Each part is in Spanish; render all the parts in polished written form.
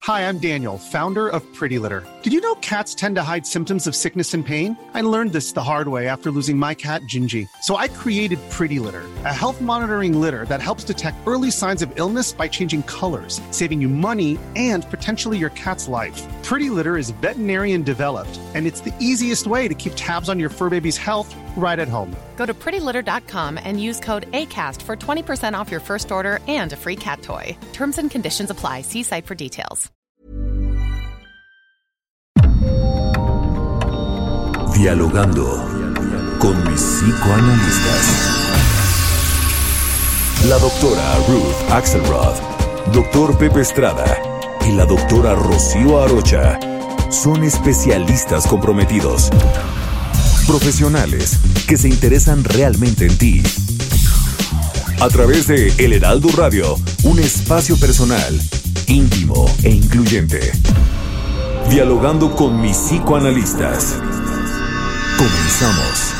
Hi, I'm Daniel, founder of Pretty Litter. Did you know cats tend to hide symptoms of sickness and pain? I learned this the hard way after losing my cat, Gingy. So I created Pretty Litter, a health monitoring litter that helps detect early signs of illness by changing colors, saving you money and potentially your cat's life. Pretty Litter is veterinarian developed, and it's the easiest way to keep tabs on your fur baby's health right at home. Go to prettylitter.com and use code ACAST for 20% off your first order and a free cat toy. Terms and conditions apply. See site for details. Dialogando con mis psicoanalistas. La doctora Ruth Axelrod, doctor Pepe Estrada y la doctora Rocío Arocha son especialistas comprometidos, profesionales que se interesan realmente en ti. A través de El Heraldo Radio, un espacio personal, íntimo e incluyente. Dialogando con mis psicoanalistas. Comenzamos.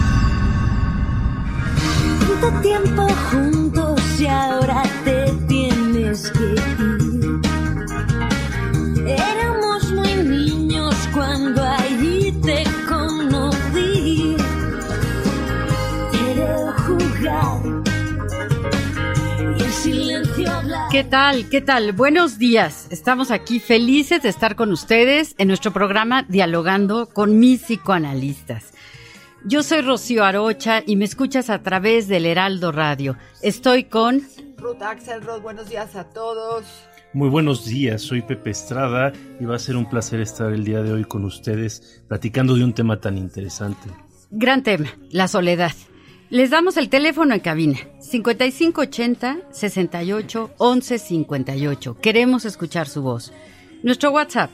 Tanto tiempo juntos y ahora te tienes que ir. Éramos muy niños cuando allí te conocí. Quiero jugar y el silencio hablar. ¿Qué tal? ¿Qué tal? Buenos días. Estamos aquí felices de estar con ustedes en nuestro programa Dialogando con mis psicoanalistas. Yo soy Rocío Arocha y me escuchas a través del Heraldo Radio. Estoy con Ruth Axelrod. Buenos días a todos. Muy buenos días, soy Pepe Estrada y va a ser un placer estar el día de hoy con ustedes platicando de un tema tan interesante. Gran tema, la soledad. Les damos el teléfono en cabina, 5580-68-1158. Queremos escuchar su voz. Nuestro WhatsApp,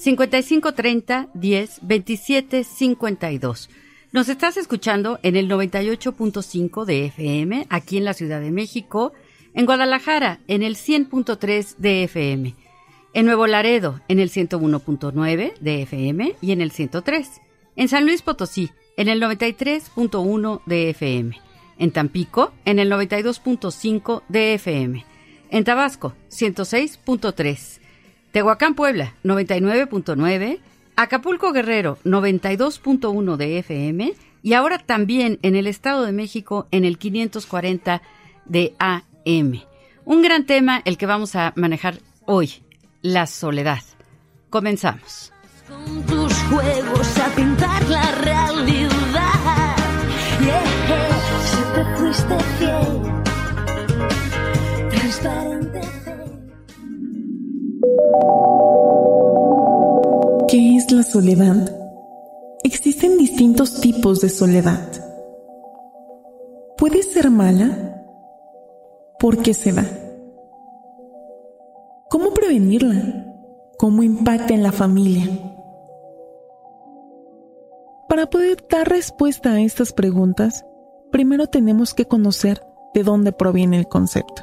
5530-10-27-52. Nos estás escuchando en el 98.5 de FM, aquí en la Ciudad de México, en Guadalajara, en el 100.3 de FM, en Nuevo Laredo, en el 101.9 de FM y en el 103, en San Luis Potosí, en el 93.1 de FM, en Tampico, en el 92.5 de FM, en Tabasco, 106.3, Tehuacán, Puebla, 99.9, Acapulco, Guerrero, 92.1 de FM y ahora también en el Estado de México en el 540 de AM. Un gran tema el que vamos a manejar hoy, la soledad. Comenzamos. Con tus juegos a pintar la realidad. Siempre fuiste fiel, transparente. ¿Qué es la soledad? Existen distintos tipos de soledad. ¿Puede ser mala? ¿Por qué se da? ¿Cómo prevenirla? ¿Cómo impacta en la familia? Para poder dar respuesta a estas preguntas, primero tenemos que conocer de dónde proviene el concepto.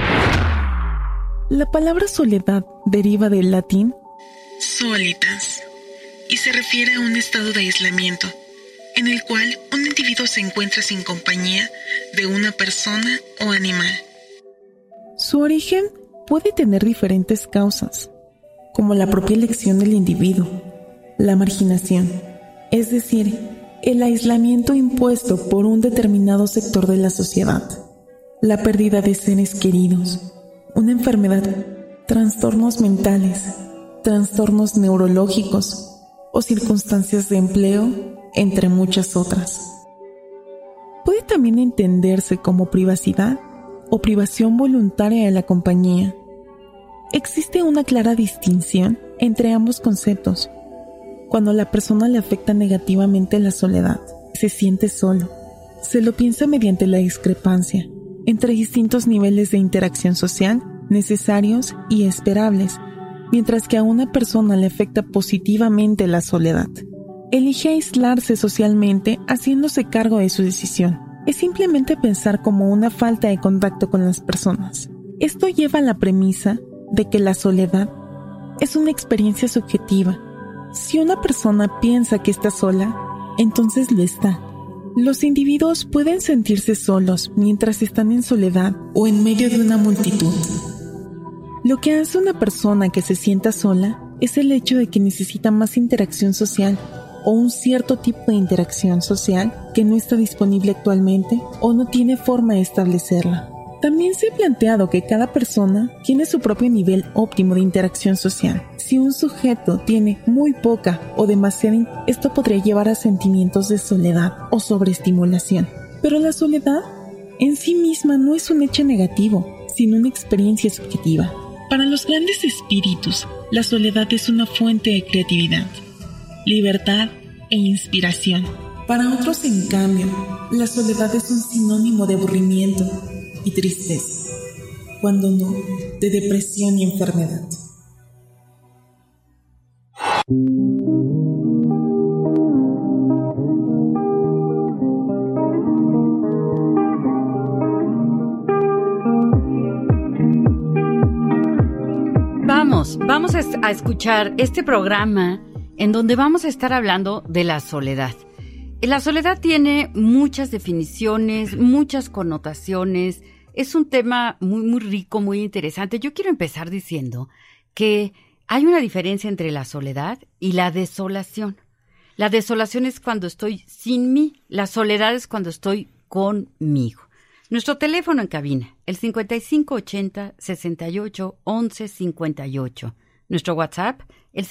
La palabra soledad deriva del latín solitas, y se refiere a un estado de aislamiento, en el cual un individuo se encuentra sin compañía de una persona o animal. Su origen puede tener diferentes causas, como la propia elección del individuo, la marginación, es decir, el aislamiento impuesto por un determinado sector de la sociedad, la pérdida de seres queridos, una enfermedad, trastornos mentales, trastornos neurológicos o circunstancias de empleo, entre muchas otras. Puede también entenderse como privacidad o privación voluntaria de la compañía. Existe una clara distinción entre ambos conceptos. Cuando la persona le afecta negativamente la soledad, se siente solo. Se lo piensa mediante la discrepancia entre distintos niveles de interacción social necesarios y esperables, mientras que a una persona le afecta positivamente la soledad. Elige aislarse socialmente haciéndose cargo de su decisión. Es simplemente pensar como una falta de contacto con las personas. Esto lleva a la premisa de que la soledad es una experiencia subjetiva. Si una persona piensa que está sola, entonces lo está. Los individuos pueden sentirse solos mientras están en soledad o en medio de una multitud. Lo que hace una persona que se sienta sola es el hecho de que necesita más interacción social o un cierto tipo de interacción social que no está disponible actualmente o no tiene forma de establecerla. También se ha planteado que cada persona tiene su propio nivel óptimo de interacción social. Si un sujeto tiene muy poca o demasiada, esto podría llevar a sentimientos de soledad o sobreestimulación. Pero la soledad en sí misma no es un hecho negativo, sino una experiencia subjetiva. Para los grandes espíritus, la soledad es una fuente de creatividad, libertad e inspiración. Para otros, en cambio, la soledad es un sinónimo de aburrimiento y tristeza, cuando no, de depresión y enfermedad. Vamos a escuchar este programa en donde vamos a estar hablando de la soledad. La soledad tiene muchas definiciones, muchas connotaciones. Es un tema muy, muy rico, muy interesante. Yo quiero empezar diciendo que hay una diferencia entre la soledad y la desolación. La desolación es cuando estoy sin mí. La soledad es cuando estoy conmigo. Nuestro teléfono en cabina, el 5580-68-1158. Nuestro WhatsApp, el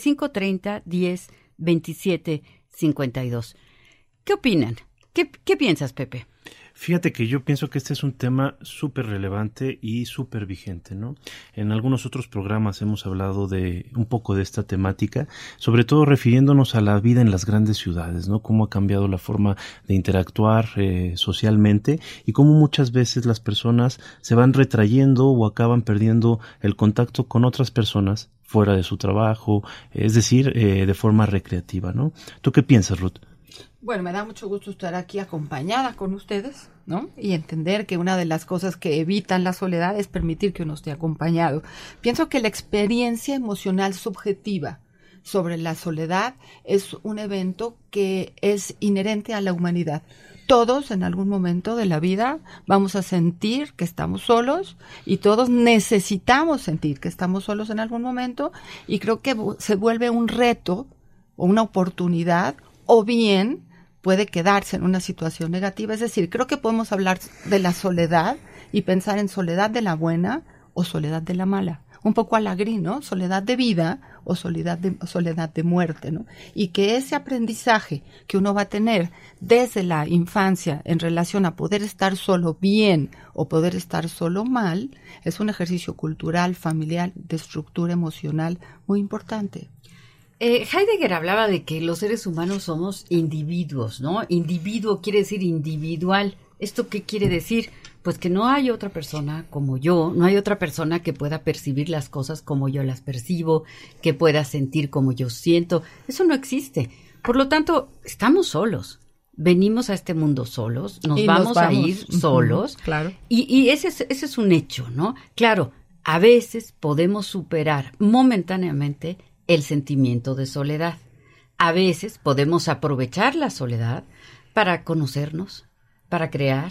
5530-10-27-52. ¿Qué opinan? ¿Qué piensas, Pepe? Fíjate que yo pienso que este es un tema súper relevante y súper vigente, ¿no? En algunos otros programas hemos hablado de un poco de esta temática, sobre todo refiriéndonos a la vida en las grandes ciudades, ¿no? Cómo ha cambiado la forma de interactuar socialmente y cómo muchas veces las personas se van retrayendo o acaban perdiendo el contacto con otras personas fuera de su trabajo, es decir, de forma recreativa, ¿no? ¿Tú qué piensas, Ruth? Bueno, me da mucho gusto estar aquí acompañada con ustedes, ¿no? Y entender que una de las cosas que evitan la soledad es permitir que uno esté acompañado. Pienso que la experiencia emocional subjetiva sobre la soledad es un evento que es inherente a la humanidad. Todos en algún momento de la vida vamos a sentir que estamos solos y todos necesitamos sentir que estamos solos en algún momento, y creo que se vuelve un reto o una oportunidad, o bien puede quedarse en una situación negativa. Es decir, creo que podemos hablar de la soledad y pensar en soledad de la buena o soledad de la mala. Un poco a la gris, ¿no? Soledad de vida o soledad de muerte, ¿no? Y que ese aprendizaje que uno va a tener desde la infancia en relación a poder estar solo bien o poder estar solo mal es un ejercicio cultural, familiar, de estructura emocional muy importante. Heidegger hablaba de que los seres humanos somos individuos, ¿no? Individuo quiere decir individual. ¿Esto qué quiere decir? Pues que no hay otra persona como yo, no hay otra persona que pueda percibir las cosas como yo las percibo, que pueda sentir como yo siento. Eso no existe. Por lo tanto, estamos solos. Venimos a este mundo solos, nos vamos a ir solos. Claro. Y ese es un hecho, ¿no? Claro, a veces podemos superar momentáneamente el sentimiento de soledad. A veces podemos aprovechar la soledad para conocernos, para crear,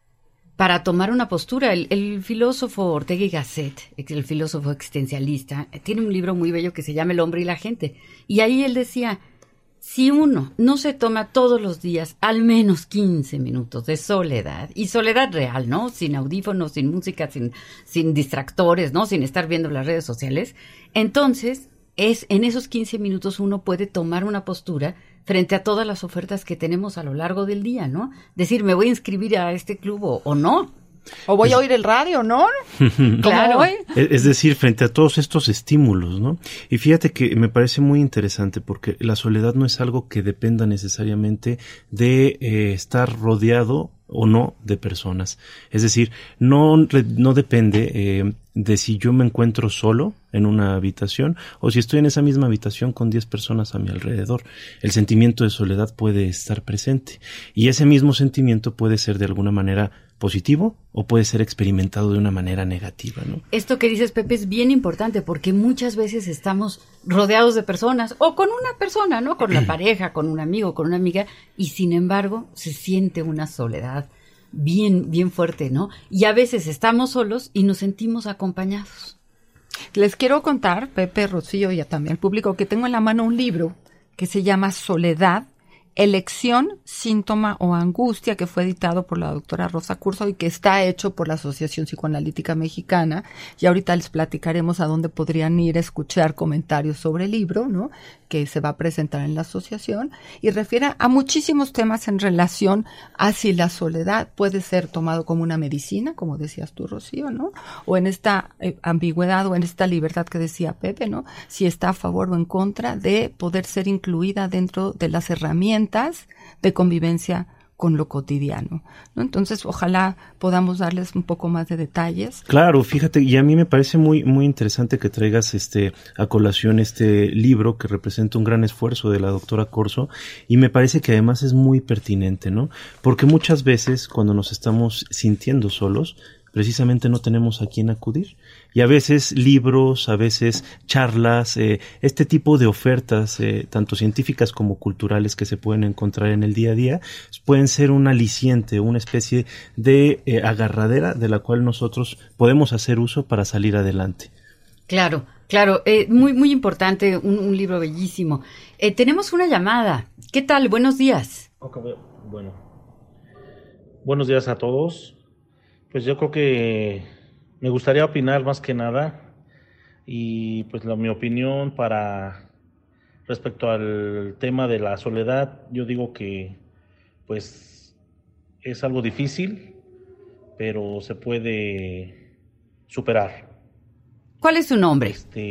para tomar una postura. El filósofo Ortega y Gasset, el filósofo existencialista, tiene un libro muy bello que se llama El hombre y la gente. Y ahí él decía, si uno no se toma todos los días al menos 15 minutos de soledad, y soledad real, ¿no? Sin audífonos, sin música, sin distractores, ¿no? Sin estar viendo las redes sociales, entonces en esos 15 minutos uno puede tomar una postura frente a todas las ofertas que tenemos a lo largo del día, ¿no? Decir, me voy a inscribir a este club o no. O voy a oír el radio, ¿no? Claro. Es decir, frente a todos estos estímulos, ¿no? Y fíjate que me parece muy interesante porque la soledad no es algo que dependa necesariamente de estar rodeado o no de personas. Es decir, no depende de si yo me encuentro solo en una habitación o si estoy en esa misma habitación con 10 personas a mi alrededor. El sentimiento de soledad puede estar presente y ese mismo sentimiento puede ser de alguna manera positivo o puede ser experimentado de una manera negativa, ¿no? Esto que dices, Pepe, es bien importante porque muchas veces estamos rodeados de personas o con una persona, ¿no? Con la pareja, con un amigo, con una amiga, y sin embargo se siente una soledad bien, bien fuerte, ¿no? Y a veces estamos solos y nos sentimos acompañados. Les quiero contar, Pepe, Rocío y también al público, que tengo en la mano un libro que se llama Soledad, Elección, Síntoma o Angustia, que fue editado por la doctora Rosa Curso y que está hecho por la Asociación Psicoanalítica Mexicana. Y ahorita les platicaremos a dónde podrían ir a escuchar comentarios sobre el libro, ¿no?, que se va a presentar en la asociación, y refiere a muchísimos temas en relación a si la soledad puede ser tomado como una medicina, como decías tú, Rocío, ¿no?, o en esta ambigüedad o en esta libertad que decía Pepe, ¿no?, si está a favor o en contra de poder ser incluida dentro de las herramientas de convivencia con lo cotidiano, ¿no? Entonces, ojalá podamos darles un poco más de detalles. Claro, fíjate, y a mí me parece muy interesante que traigas a colación este libro que representa un gran esfuerzo de la doctora Corso, y me parece que además es muy pertinente, ¿no? Porque muchas veces cuando nos estamos sintiendo solos, precisamente no tenemos a quién acudir. Y a veces libros, a veces charlas, este tipo de ofertas, tanto científicas como culturales que se pueden encontrar en el día a día, pueden ser un aliciente, una especie de agarradera de la cual nosotros podemos hacer uso para salir adelante. Claro, muy importante, un libro bellísimo. Tenemos una llamada. ¿Qué tal? Buenos días. Okay, bueno. Buenos días a todos. Pues yo creo que me gustaría opinar más que nada, y pues mi opinión respecto al tema de la soledad, yo digo que pues es algo difícil, pero se puede superar. ¿Cuál es su nombre?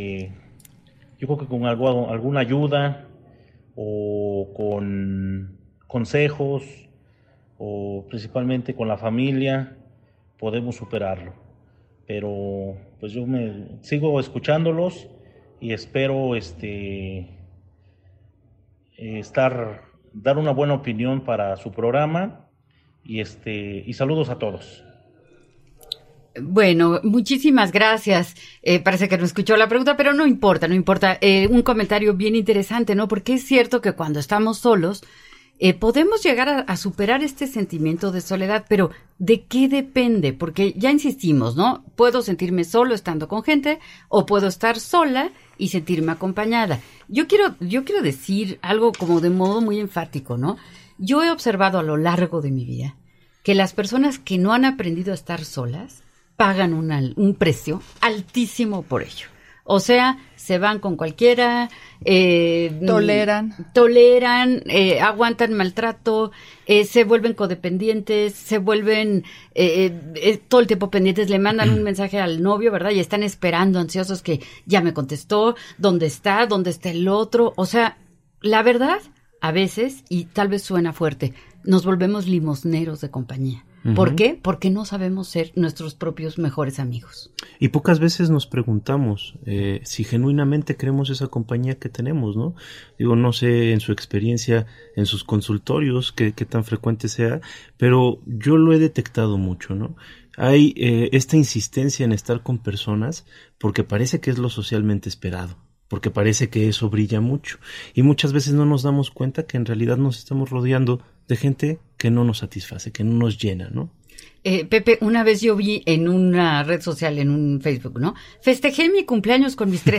Yo creo que con alguna ayuda o con consejos o principalmente con la familia podemos superarlo. Pero pues yo me sigo escuchándolos y espero dar una buena opinión para su programa, y saludos a todos. Bueno, muchísimas gracias. Parece que no escuchó la pregunta, pero no importa. Un comentario bien interesante, ¿no? Porque es cierto que cuando estamos solos, podemos llegar a superar este sentimiento de soledad, pero ¿de qué depende? Porque ya insistimos, ¿no? Puedo sentirme solo estando con gente, o puedo estar sola y sentirme acompañada. Yo quiero decir algo como de modo muy enfático, ¿no? Yo he observado a lo largo de mi vida que las personas que no han aprendido a estar solas pagan un precio altísimo por ello. O sea, se van con cualquiera, toleran, aguantan maltrato, se vuelven codependientes, se vuelven todo el tiempo pendientes, le mandan un mensaje al novio, ¿verdad? Y están esperando, ansiosos, que ya me contestó, ¿dónde está el otro? O sea, la verdad, a veces, y tal vez suena fuerte, nos volvemos limosneros de compañía. ¿Por qué? Porque no sabemos ser nuestros propios mejores amigos. Y pocas veces nos preguntamos si genuinamente queremos esa compañía que tenemos, ¿no? Digo, no sé en su experiencia, en sus consultorios, qué tan frecuente sea, pero yo lo he detectado mucho, ¿no? Hay esta insistencia en estar con personas porque parece que es lo socialmente esperado, porque parece que eso brilla mucho, y muchas veces no nos damos cuenta que en realidad nos estamos rodeando de gente que no nos satisface, que no nos llena, ¿no? Pepe, una vez yo vi en una red social, en un Facebook, ¿no? Festejé mi cumpleaños con mis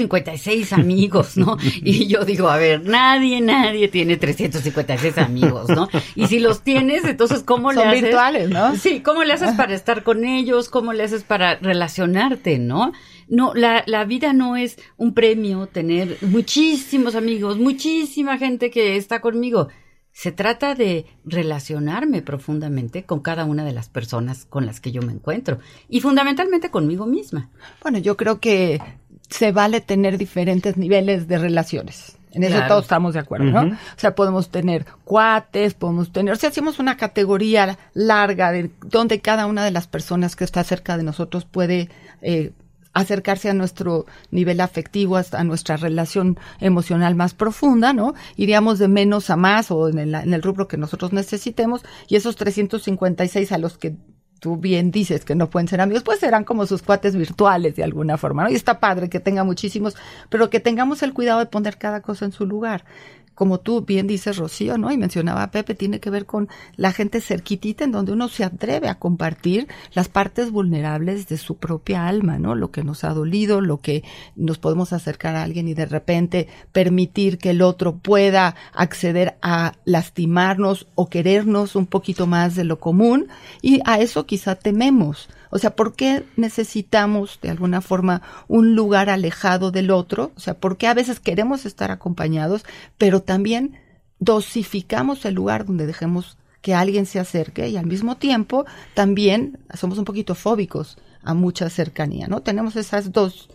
356 amigos, ¿no? Y yo digo, a ver, nadie tiene 356 amigos, ¿no? Y si los tienes, entonces, ¿cómo le haces? Son virtuales, ¿no? Sí, ¿cómo le haces para estar con ellos? ¿Cómo le haces para relacionarte, no? No, la vida no es un premio tener muchísimos amigos, muchísima gente que está conmigo. Se trata de relacionarme profundamente con cada una de las personas con las que yo me encuentro, y fundamentalmente conmigo misma. Bueno, yo creo que se vale tener diferentes niveles de relaciones. En eso todos estamos de acuerdo, ¿no? O sea, podemos tener cuates, si hacemos una categoría larga de donde cada una de las personas que está cerca de nosotros puede acercarse a nuestro nivel afectivo, hasta a nuestra relación emocional más profunda, ¿no? Iríamos de menos a más, o en el rubro que nosotros necesitemos, y esos 356 a los que tú bien dices que no pueden ser amigos, pues serán como sus cuates virtuales de alguna forma, ¿no? Y está padre que tenga muchísimos, pero que tengamos el cuidado de poner cada cosa en su lugar. como tú bien dices, Rocío, ¿no? Y mencionaba Pepe, tiene que ver con la gente cerquitita, en donde uno se atreve a compartir las partes vulnerables de su propia alma, ¿no? Lo que nos ha dolido, lo que nos podemos acercar a alguien y de repente permitir que el otro pueda acceder a lastimarnos o querernos un poquito más de lo común, y a eso quizá tememos. O sea, ¿por qué necesitamos de alguna forma un lugar alejado del otro? O sea, ¿por qué a veces queremos estar acompañados, pero también dosificamos el lugar donde dejemos que alguien se acerque, y al mismo tiempo también somos un poquito fóbicos a mucha cercanía, ¿no? Tenemos esos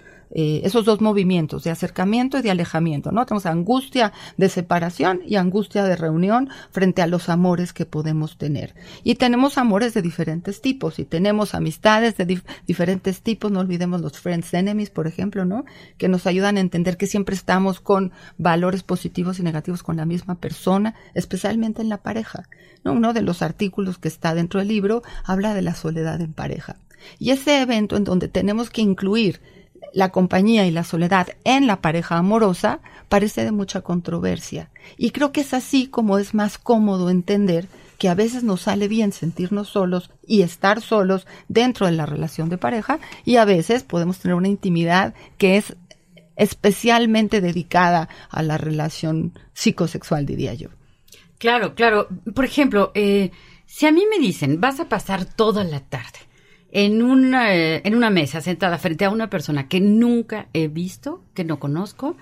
dos movimientos de acercamiento y de alejamiento, ¿no? Tenemos angustia de separación y angustia de reunión frente a los amores que podemos tener. Y tenemos amores de diferentes tipos, y tenemos amistades de diferentes tipos. No olvidemos los friends enemies, por ejemplo, ¿no? Que nos ayudan a entender que siempre estamos con valores positivos y negativos con la misma persona, especialmente en la pareja, ¿no? Uno de los artículos que está dentro del libro habla de la soledad en pareja. Y ese evento en donde tenemos que incluir la compañía y la soledad en la pareja amorosa parece de mucha controversia. Y creo que es así como es más cómodo entender que a veces nos sale bien sentirnos solos y estar solos dentro de la relación de pareja, y a veces podemos tener una intimidad que es especialmente dedicada a la relación psicosexual, diría yo. Claro, claro. Por ejemplo, si a mí me dicen, vas a pasar toda la tarde en una mesa sentada frente a una persona que nunca he visto, que no conozco,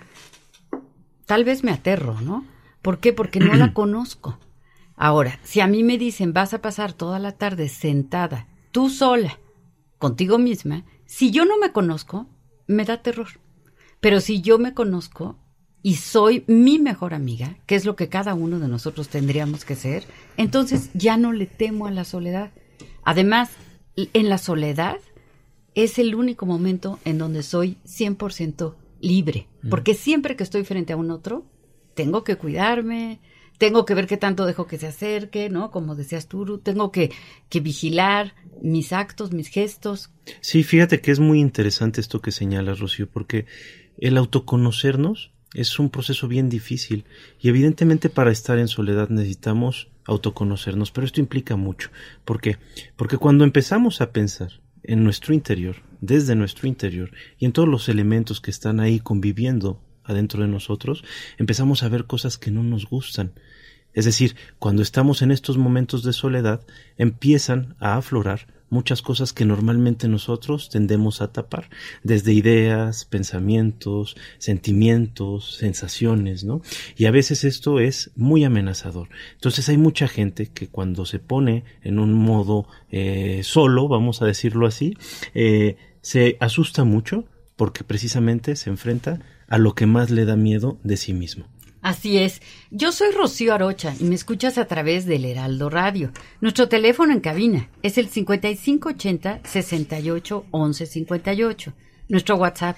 tal vez me aterro, ¿no? ¿Por qué? Porque no la conozco. Ahora, si a mí me dicen, vas a pasar toda la tarde sentada, tú sola, contigo misma, si yo no me conozco, me da terror. Pero si yo me conozco y soy mi mejor amiga, que es lo que cada uno de nosotros tendríamos que ser, entonces ya no le temo a la soledad. Además, en la soledad es el único momento en donde soy 100% libre, porque siempre que estoy frente a un otro, tengo que cuidarme, tengo que ver qué tanto dejo que se acerque, ¿no? Como decías tú, tengo que vigilar mis actos, mis gestos. Sí, fíjate que es muy interesante esto que señalas, Rocío, porque el autoconocernos es un proceso bien difícil, y evidentemente para estar en soledad necesitamos autoconocernos, pero esto implica mucho. ¿Por qué? Porque cuando empezamos a pensar en nuestro interior, desde nuestro interior, y en todos los elementos que están ahí conviviendo adentro de nosotros, empezamos a ver cosas que no nos gustan. Es decir, cuando estamos en estos momentos de soledad, empiezan a aflorar muchas cosas que normalmente nosotros tendemos a tapar, desde ideas, pensamientos, sentimientos, sensaciones, ¿no? Y a veces esto es muy amenazador. Entonces hay mucha gente que cuando se pone en un modo solo, vamos a decirlo así, se asusta mucho porque precisamente se enfrenta a lo que más le da miedo de sí mismo. Así es. Yo soy Rocío Arocha y me escuchas a través del Heraldo Radio. Nuestro teléfono en cabina es el 5580-681158. Nuestro WhatsApp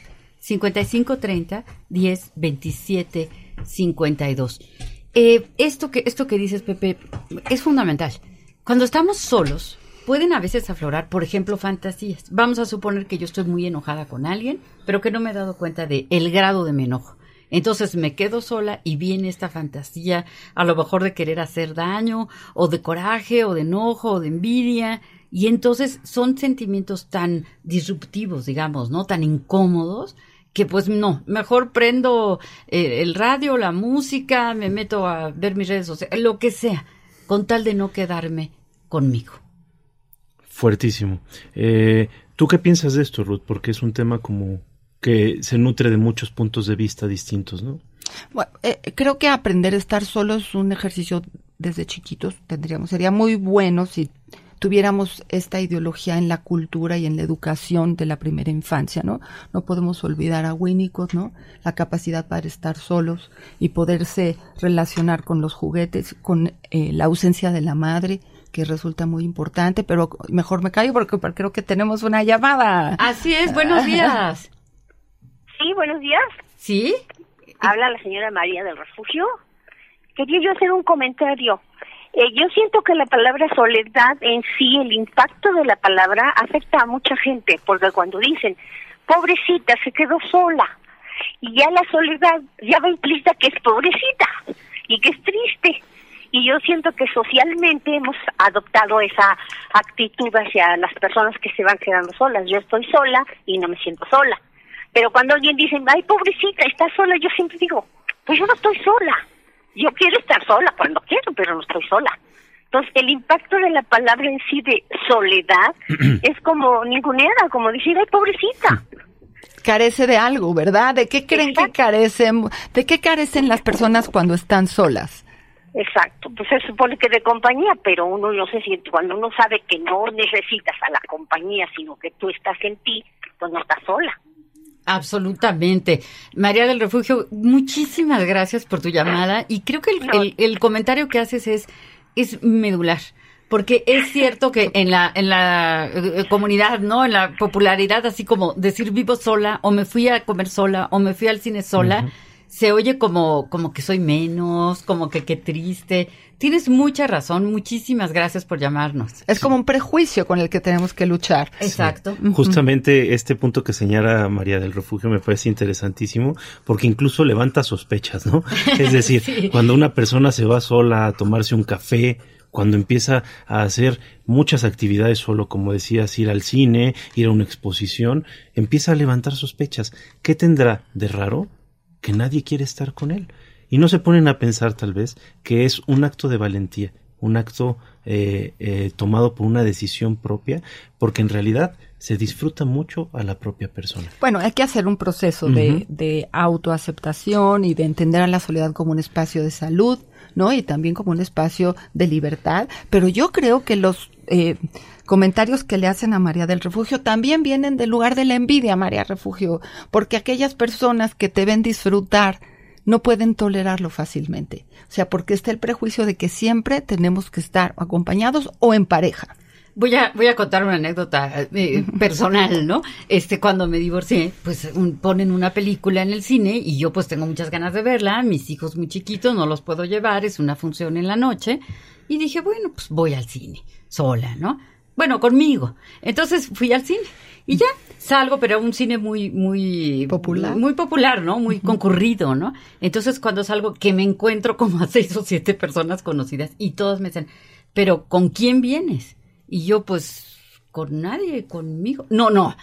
5530-1027-52. Esto que dices, Pepe, es fundamental. Cuando estamos solos, pueden a veces aflorar, por ejemplo, fantasías. Vamos a suponer que yo estoy muy enojada con alguien, pero que no me he dado cuenta de el grado de mi enojo. Entonces me quedo sola y viene esta fantasía, a lo mejor de querer hacer daño, o de coraje, o de enojo, o de envidia, y entonces son sentimientos tan disruptivos, digamos, ¿no? Tan incómodos, que pues no, mejor prendo el radio, la música, me meto a ver mis redes sociales, lo que sea, con tal de no quedarme conmigo. Fuertísimo. ¿Tú qué piensas de esto, Ruth? Porque es un tema como que se nutre de muchos puntos de vista distintos, ¿no? Bueno, creo que aprender a estar solo es un ejercicio desde chiquitos. Sería muy bueno si tuviéramos esta ideología en la cultura y en la educación de la primera infancia, ¿no? No podemos olvidar a Winnicott, ¿no? La capacidad para estar solos y poderse relacionar con los juguetes, con la ausencia de la madre, que resulta muy importante, pero mejor me callo porque creo que tenemos una llamada. Así es, buenos días. Sí, buenos días. ¿Sí? Habla la señora María del Refugio. Quería yo hacer un comentario. Yo siento que la palabra soledad en sí, el impacto de la palabra afecta a mucha gente, porque cuando dicen, pobrecita, se quedó sola, y ya la soledad ya va implícita que es pobrecita. y que es triste. Y yo siento que socialmente hemos adoptado esa actitud hacia las personas que se van quedando solas. Yo estoy sola y no me siento sola. Pero cuando alguien dice, ay, pobrecita, está sola, yo siempre digo, pues yo no estoy sola. Yo quiero estar sola cuando quiero, pero no estoy sola. Entonces, el impacto de la palabra en sí de soledad es como ninguneada, como decir, ay, pobrecita. Carece de algo, ¿verdad? ¿De qué creen que carecen? ¿De qué carecen las personas cuando están solas? Exacto, pues se supone que de compañía, pero uno no se siente, cuando uno sabe que no necesitas a la compañía, sino que tú estás en ti, pues no estás sola. Absolutamente. María del Refugio, muchísimas gracias por tu llamada y creo que el comentario que haces es medular. Porque es cierto que en la comunidad, ¿no? En la popularidad, así como decir vivo sola, o me fui a comer sola, o me fui al cine sola, se oye como que soy menos, como que qué triste. Tienes mucha razón, muchísimas gracias por llamarnos. Es como un prejuicio con el que tenemos que luchar. Exacto. Sí. Justamente este punto que señala María del Refugio me parece interesantísimo, porque incluso levanta sospechas, ¿no? Es decir, sí. Cuando una persona se va sola a tomarse un café, cuando empieza a hacer muchas actividades solo, como decías, ir al cine, ir a una exposición, empieza a levantar sospechas. ¿Qué tendrá de raro? Que nadie quiere estar con él. Y no se ponen a pensar tal vez que es un acto de valentía, un acto tomado por una decisión propia, porque en realidad se disfruta mucho a la propia persona. Bueno, hay que hacer un proceso de autoaceptación y de entender a la soledad como un espacio de salud, ¿no? Y también como un espacio de libertad. Pero yo creo que los comentarios que le hacen a María del Refugio también vienen del lugar de la envidia, María Refugio, porque aquellas personas que te ven disfrutar no pueden tolerarlo fácilmente. O sea, porque está el prejuicio de que siempre tenemos que estar acompañados o en pareja. Voy a contar una anécdota personal, ¿no? Cuando me divorcié, pues ponen una película en el cine y yo pues tengo muchas ganas de verla, mis hijos muy chiquitos, no los puedo llevar, es una función en la noche, y dije, bueno, pues voy al cine, sola, ¿no? Bueno, conmigo. Entonces fui al cine y ya salgo, pero un cine muy popular. Muy popular, ¿no? Muy concurrido, ¿no? Entonces cuando salgo, que me encuentro como a 6 o 7 personas conocidas y todos me dicen, ¿pero con quién vienes? Y yo, pues, con nadie, conmigo. No,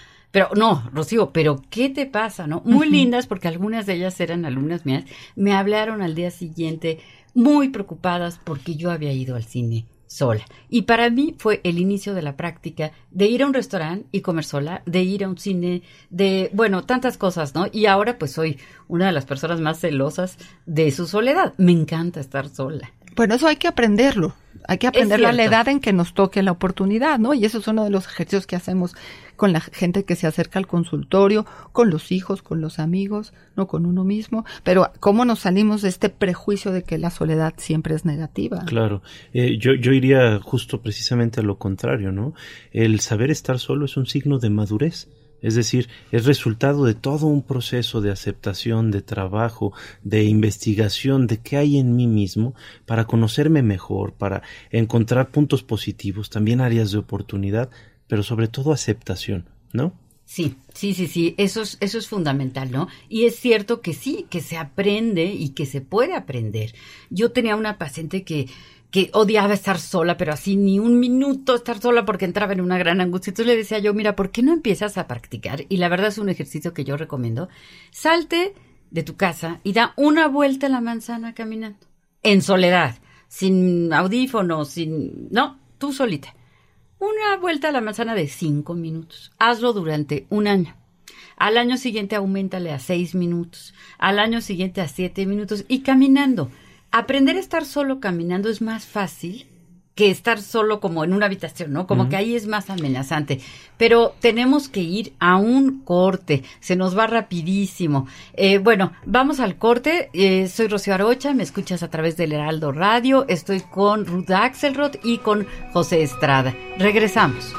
Rocío, pero ¿qué te pasa, no? Muy lindas, porque algunas de ellas eran alumnas mías, me hablaron al día siguiente muy preocupadas porque yo había ido al cine sola. Y para mí fue el inicio de la práctica de ir a un restaurante y comer sola, de ir a un cine, de, bueno, tantas cosas, ¿no? Y ahora pues soy una de las personas más celosas de su soledad. Me encanta estar sola. Bueno, eso hay que aprenderlo. Hay que aprenderlo a la edad en que nos toque la oportunidad, ¿no? Y eso es uno de los ejercicios que hacemos con la gente que se acerca al consultorio, con los hijos, con los amigos, no con uno mismo. Pero ¿cómo nos salimos de este prejuicio de que la soledad siempre es negativa? Claro. Yo iría justo precisamente a lo contrario, ¿no? El saber estar solo es un signo de madurez. Es decir, es resultado de todo un proceso de aceptación, de trabajo, de investigación de qué hay en mí mismo para conocerme mejor, para encontrar puntos positivos, también áreas de oportunidad, pero sobre todo aceptación, ¿no? Sí, eso es fundamental, ¿no? Y es cierto que sí, que se aprende y que se puede aprender. Yo tenía una paciente que odiaba estar sola, pero así ni un minuto estar sola porque entraba en una gran angustia. Entonces le decía yo, mira, ¿por qué no empiezas a practicar? Y la verdad es un ejercicio que yo recomiendo. Salte de tu casa y da una vuelta a la manzana caminando. En soledad, sin audífonos, no, tú solita. Una vuelta a la manzana de 5 minutos. Hazlo durante un año. Al año siguiente auméntale a 6 minutos. Al año siguiente a 7 minutos. Y caminando. Aprender a estar solo caminando es más fácil que estar solo como en una habitación, ¿no? Como que ahí es más amenazante. Pero tenemos que ir a un corte. Se nos va rapidísimo. Bueno, vamos al corte. Soy Rocío Arocha. Me escuchas a través del Heraldo Radio. Estoy con Ruth Axelrod y con José Estrada. Regresamos.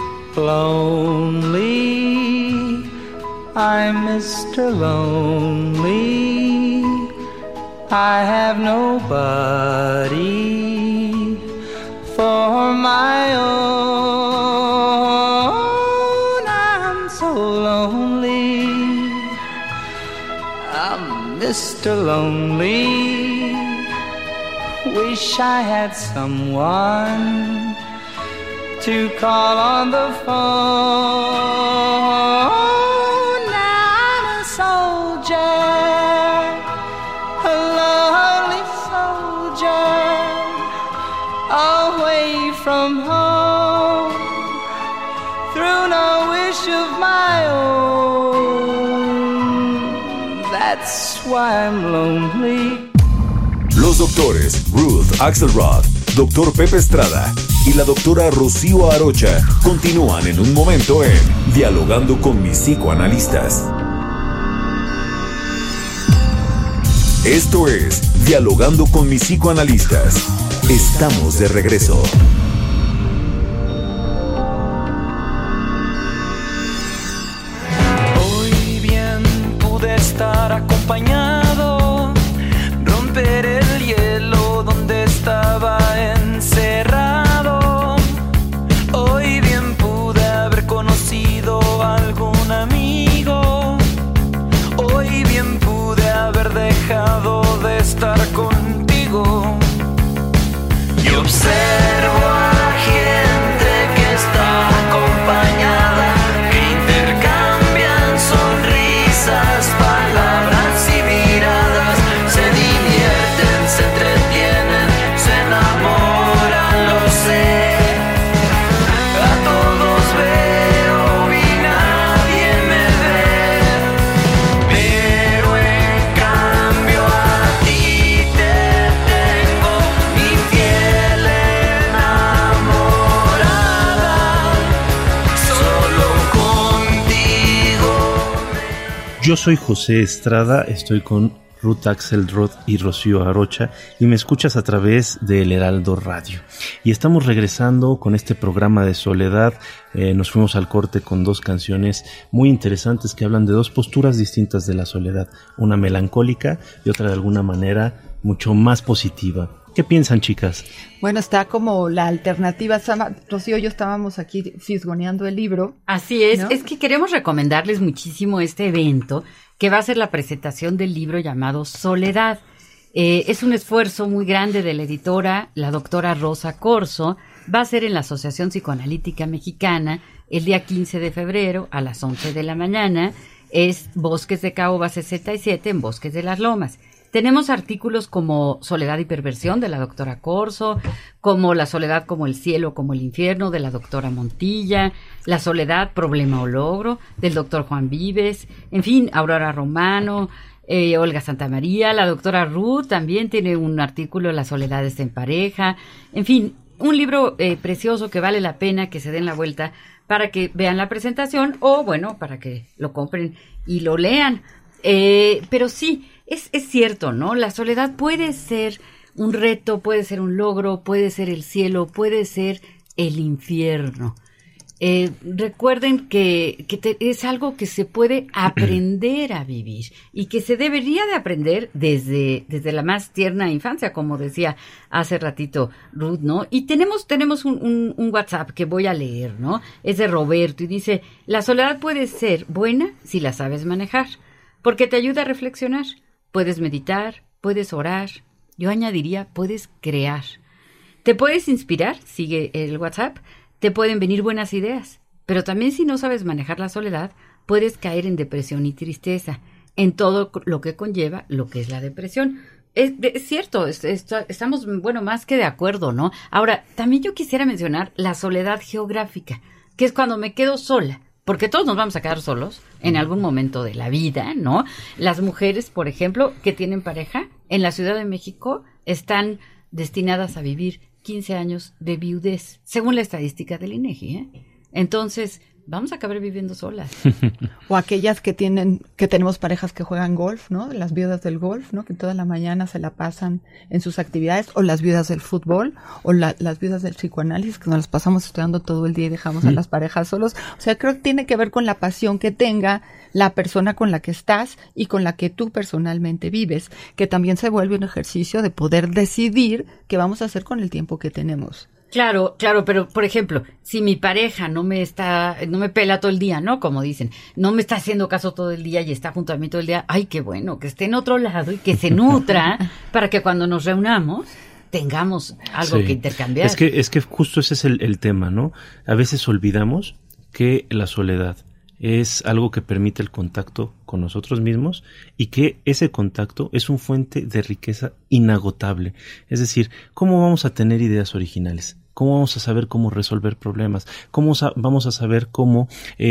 Lonely, I'm Mr. Lonely. I have nobody for my own. I'm so lonely. I'm Mr. Lonely. wish I had someone to call on the phone. Now I'm a soldier, a lonely soldier, away from home, through no wish of my own. That's why I'm lonely. Los doctores Ruth Axelrod, Dr. Pepe Estrada y la doctora Rocío Arocha continúan en un momento en Dialogando con mis psicoanalistas. Esto es Dialogando con mis psicoanalistas. Estamos de regreso. Hoy bien pude estar acompañado, romper el hielo donde estaba encerrado. Hoy bien pude haber conocido a algún amigo. Hoy bien pude haber dejado de estar contigo. Y observo a la gente que está acompañada, que intercambian sonrisas, palabras y miradas, se divierten, se entretienen, se enamoran, lo sé. A todos veo y nadie me ve, pero en cambio a ti te tengo, mi fiel enamorada, solo contigo. Yo soy José Estrada, estoy con Ruth Axelrod y Rocío Arocha y me escuchas a través del Heraldo Radio. Y estamos regresando con este programa de Soledad. Nos fuimos al corte con dos canciones muy interesantes que hablan de dos posturas distintas de la soledad. Una melancólica y otra de alguna manera mucho más positiva. ¿Qué piensan, chicas? Bueno, está como la alternativa. Rocío y yo estábamos aquí fisgoneando el libro. Así es, ¿no? Es que queremos recomendarles muchísimo este evento que va a ser la presentación del libro llamado Soledad. Es un esfuerzo muy grande de la editora, la doctora Rosa Corso. Va a ser en la Asociación Psicoanalítica Mexicana el día 15 de febrero a las 11 de la mañana. Es Bosques de Caoba 67 en Bosques de las Lomas. Tenemos artículos como Soledad y Perversión de la doctora Corso, como La soledad como el cielo, como el infierno de la doctora Montilla, La soledad, problema o logro del doctor Juan Vives, en fin, Aurora Romano, Olga Santamaría, la doctora Ruth también tiene un artículo, La soledad está en pareja, en fin, un libro precioso que vale la pena que se den la vuelta para que vean la presentación o, bueno, para que lo compren y lo lean. Pero sí, es cierto, ¿no? La soledad puede ser un reto, puede ser un logro, puede ser el cielo, puede ser el infierno. Recuerden que es algo que se puede aprender a vivir y que se debería de aprender desde la más tierna infancia, como decía hace ratito Ruth, ¿no? Y tenemos un WhatsApp que voy a leer, ¿no? Es de Roberto y dice: la soledad puede ser buena si la sabes manejar, porque te ayuda a reflexionar. Puedes meditar, puedes orar, yo añadiría, puedes crear. Te puedes inspirar, sigue el WhatsApp, te pueden venir buenas ideas, pero también si no sabes manejar la soledad, puedes caer en depresión y tristeza, en todo lo que conlleva lo que es la depresión. Es cierto, estamos, bueno, más que de acuerdo, ¿no? Ahora, también yo quisiera mencionar la soledad geográfica, que es cuando me quedo sola. Porque todos nos vamos a quedar solos en algún momento de la vida, ¿no? Las mujeres, por ejemplo, que tienen pareja, en la Ciudad de México están destinadas a vivir 15 años de viudez, según la estadística del INEGI, ¿eh? Entonces, vamos a acabar viviendo solas. O aquellas que tenemos parejas que juegan golf, ¿no? Las viudas del golf, ¿no? Que toda la mañana se la pasan en sus actividades, o las viudas del fútbol, o las viudas del psicoanálisis, que nos las pasamos estudiando todo el día y dejamos a las parejas solos. O sea, creo que tiene que ver con la pasión que tenga la persona con la que estás y con la que tú personalmente vives, que también se vuelve un ejercicio de poder decidir qué vamos a hacer con el tiempo que tenemos. Claro, pero por ejemplo, si mi pareja no me pela todo el día, ¿no? Como dicen, no me está haciendo caso todo el día y está junto a mí todo el día, ay, qué bueno, que esté en otro lado y que se nutra para que cuando nos reunamos tengamos algo que intercambiar. Es que justo ese es el tema, ¿no? A veces olvidamos que la soledad es algo que permite el contacto con nosotros mismos y que ese contacto es una fuente de riqueza inagotable. Es decir, ¿cómo vamos a tener ideas originales? ¿Cómo vamos a saber cómo resolver problemas? ¿Cómo vamos a saber cómo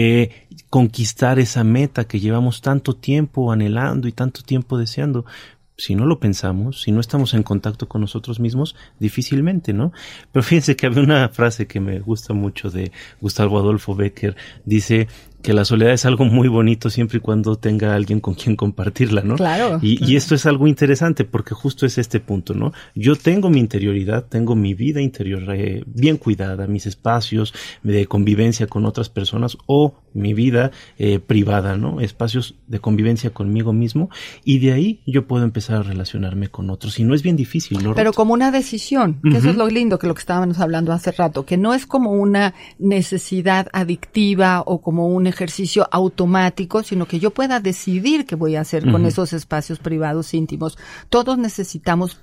conquistar esa meta que llevamos tanto tiempo anhelando y tanto tiempo deseando? Si no lo pensamos, si no estamos en contacto con nosotros mismos, difícilmente, ¿no? Pero fíjense que había una frase que me gusta mucho de Gustavo Adolfo Bécquer, dice que la soledad es algo muy bonito siempre y cuando tenga alguien con quien compartirla, ¿no? Claro. Y esto es algo interesante porque justo es este punto, ¿no? Yo tengo mi interioridad, tengo mi vida interior bien cuidada, mis espacios de convivencia con otras personas o mi vida privada, ¿no? Espacios de convivencia conmigo mismo y de ahí yo puedo empezar a relacionarme con otros. Y no es bien difícil, ¿no? Pero como una decisión, que eso es lo lindo, que lo que estábamos hablando hace rato, que no es como una necesidad adictiva o como un ejercicio automático, sino que yo pueda decidir qué voy a hacer con esos espacios privados íntimos. Todos necesitamos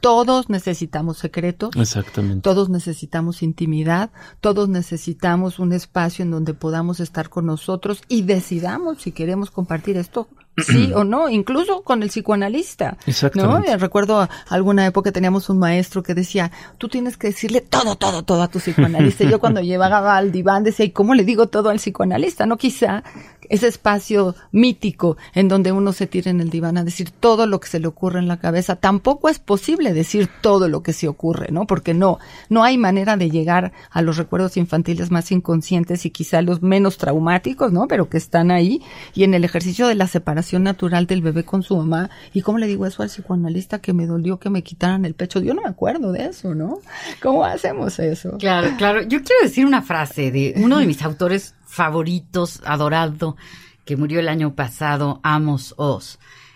secretos. Exactamente. Todos necesitamos intimidad, todos necesitamos un espacio en donde podamos estar con nosotros y decidamos si queremos compartir esto, sí o no, incluso con el psicoanalista. Exactamente. ¿No? Recuerdo alguna época teníamos un maestro que decía, tú tienes que decirle todo a tu psicoanalista. Y yo cuando llegaba al diván decía, ¿y cómo le digo todo al psicoanalista? No, quizá ese espacio mítico en donde uno se tira en el diván a decir todo lo que se le ocurre en la cabeza. Tampoco es posible decir todo lo que se ocurre, ¿no? Porque no hay manera de llegar a los recuerdos infantiles más inconscientes y quizá los menos traumáticos, ¿no? Pero que están ahí. Y en el ejercicio de la separación natural del bebé con su mamá, ¿y cómo le digo eso al psicoanalista que me dolió que me quitaran el pecho? Yo no me acuerdo de eso, ¿no? ¿Cómo hacemos eso? Claro. Yo quiero decir una frase de uno de mis autores favoritos, adorado, que murió el año pasado, Amos Oz,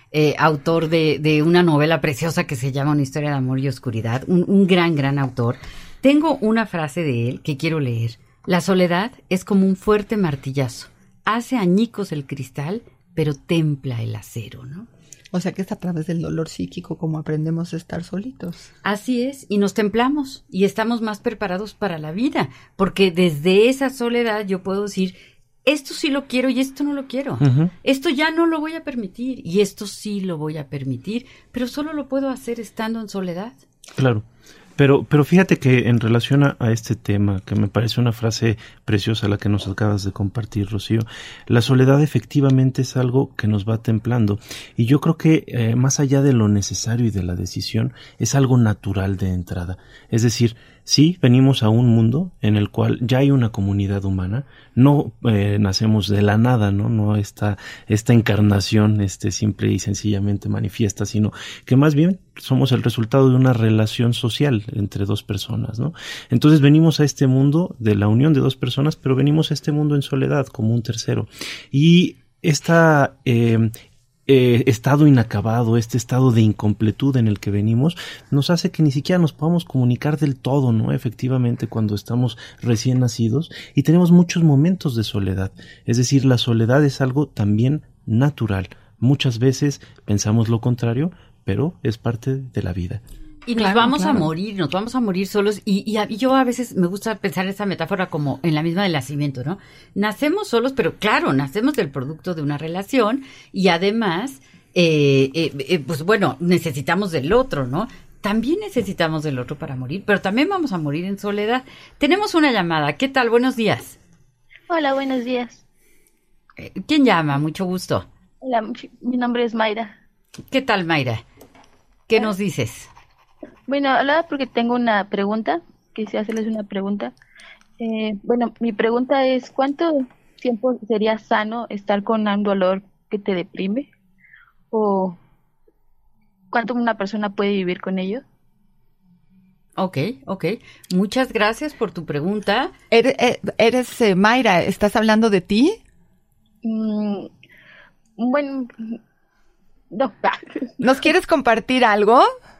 autor de una novela preciosa que se llama Una historia de amor y oscuridad, un gran autor. Tengo una frase de él que quiero leer. La soledad es como un fuerte martillazo, hace añicos el cristal, pero templa el acero, ¿no? O sea que es a través del dolor psíquico como aprendemos a estar solitos. Así es, y nos templamos y estamos más preparados para la vida, porque desde esa soledad yo puedo decir, esto sí lo quiero y esto no lo quiero. Esto ya no lo voy a permitir y esto sí lo voy a permitir, pero solo lo puedo hacer estando en soledad. Claro. Pero fíjate que en relación a este tema, que me parece una frase preciosa la que nos acabas de compartir, Rocío, la soledad efectivamente es algo que nos va templando. Y yo creo que más allá de lo necesario y de la decisión, es algo natural de entrada. Es decir, sí, venimos a un mundo en el cual ya hay una comunidad humana, no nacemos de la nada, no esta encarnación simple y sencillamente manifiesta, sino que más bien somos el resultado de una relación social entre dos personas, ¿no? Entonces venimos a este mundo de la unión de dos personas, pero venimos a este mundo en soledad como un tercero. Y esta estado inacabado, este estado de incompletud en el que venimos, nos hace que ni siquiera nos podamos comunicar del todo, ¿no? Efectivamente, cuando estamos recién nacidos y tenemos muchos momentos de soledad. Es decir, la soledad es algo también natural. Muchas veces pensamos lo contrario, pero es parte de la vida. Y nos vamos a morir solos. Y yo a veces me gusta pensar esa metáfora como en la misma del nacimiento, ¿no? Nacemos solos, pero claro, nacemos del producto de una relación y además, pues bueno, necesitamos del otro, ¿no? También necesitamos del otro para morir, pero también vamos a morir en soledad. Tenemos una llamada. ¿Qué tal? Buenos días. Hola, buenos días. ¿Quién llama? Mucho gusto. Hola, mi nombre es Mayra. ¿Qué tal, Mayra? ¿Qué nos dices? Bueno, hablaba porque tengo una pregunta, quisiera hacerles una pregunta. Bueno, mi pregunta es, ¿cuánto tiempo sería sano estar con un dolor que te deprime? ¿O cuánto una persona puede vivir con ello? Ok. Muchas gracias por tu pregunta. ¿Eres Mayra? ¿Estás hablando de ti? Bueno, no. ¿Nos quieres compartir algo?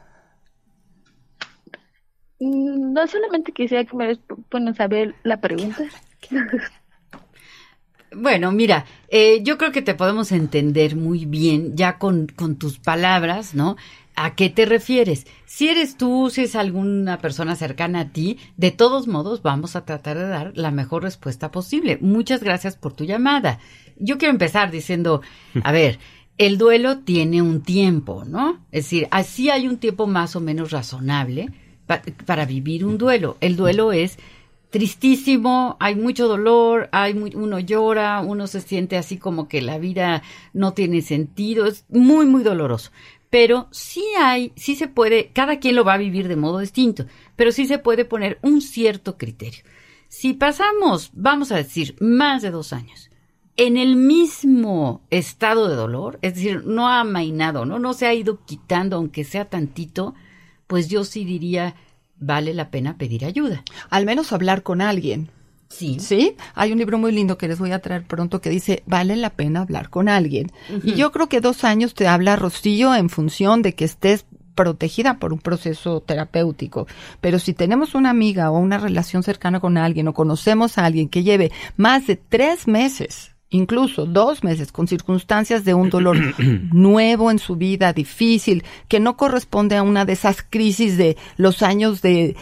No, solamente quisiera que me saber la pregunta. Bueno, mira, yo creo que te podemos entender muy bien ya con tus palabras, ¿no? ¿A qué te refieres? Si eres tú, si es alguna persona cercana a ti, de todos modos vamos a tratar de dar la mejor respuesta posible. Muchas gracias por tu llamada. Yo quiero empezar diciendo, a ver, el duelo tiene un tiempo, ¿no? Es decir, así hay un tiempo más o menos razonable para vivir un duelo. El duelo es tristísimo, hay mucho dolor, uno llora, uno se siente así como que la vida no tiene sentido, es muy, muy doloroso. Pero sí se puede, cada quien lo va a vivir de modo distinto, pero sí se puede poner un cierto criterio. Si pasamos, vamos a decir, más de 2 años en el mismo estado de dolor, es decir, no ha amainado, no se ha ido quitando, aunque sea tantito, pues yo sí diría, vale la pena pedir ayuda. Al menos hablar con alguien. Sí. ¿Sí? Hay un libro muy lindo que les voy a traer pronto que dice, vale la pena hablar con alguien. Uh-huh. Y yo creo que 2 años te habla, Rocío, en función de que estés protegida por un proceso terapéutico. Pero si tenemos una amiga o una relación cercana con alguien o conocemos a alguien que lleve más de 3 meses, incluso 2 meses, con circunstancias de un dolor nuevo en su vida, difícil, que no corresponde a una de esas crisis de los años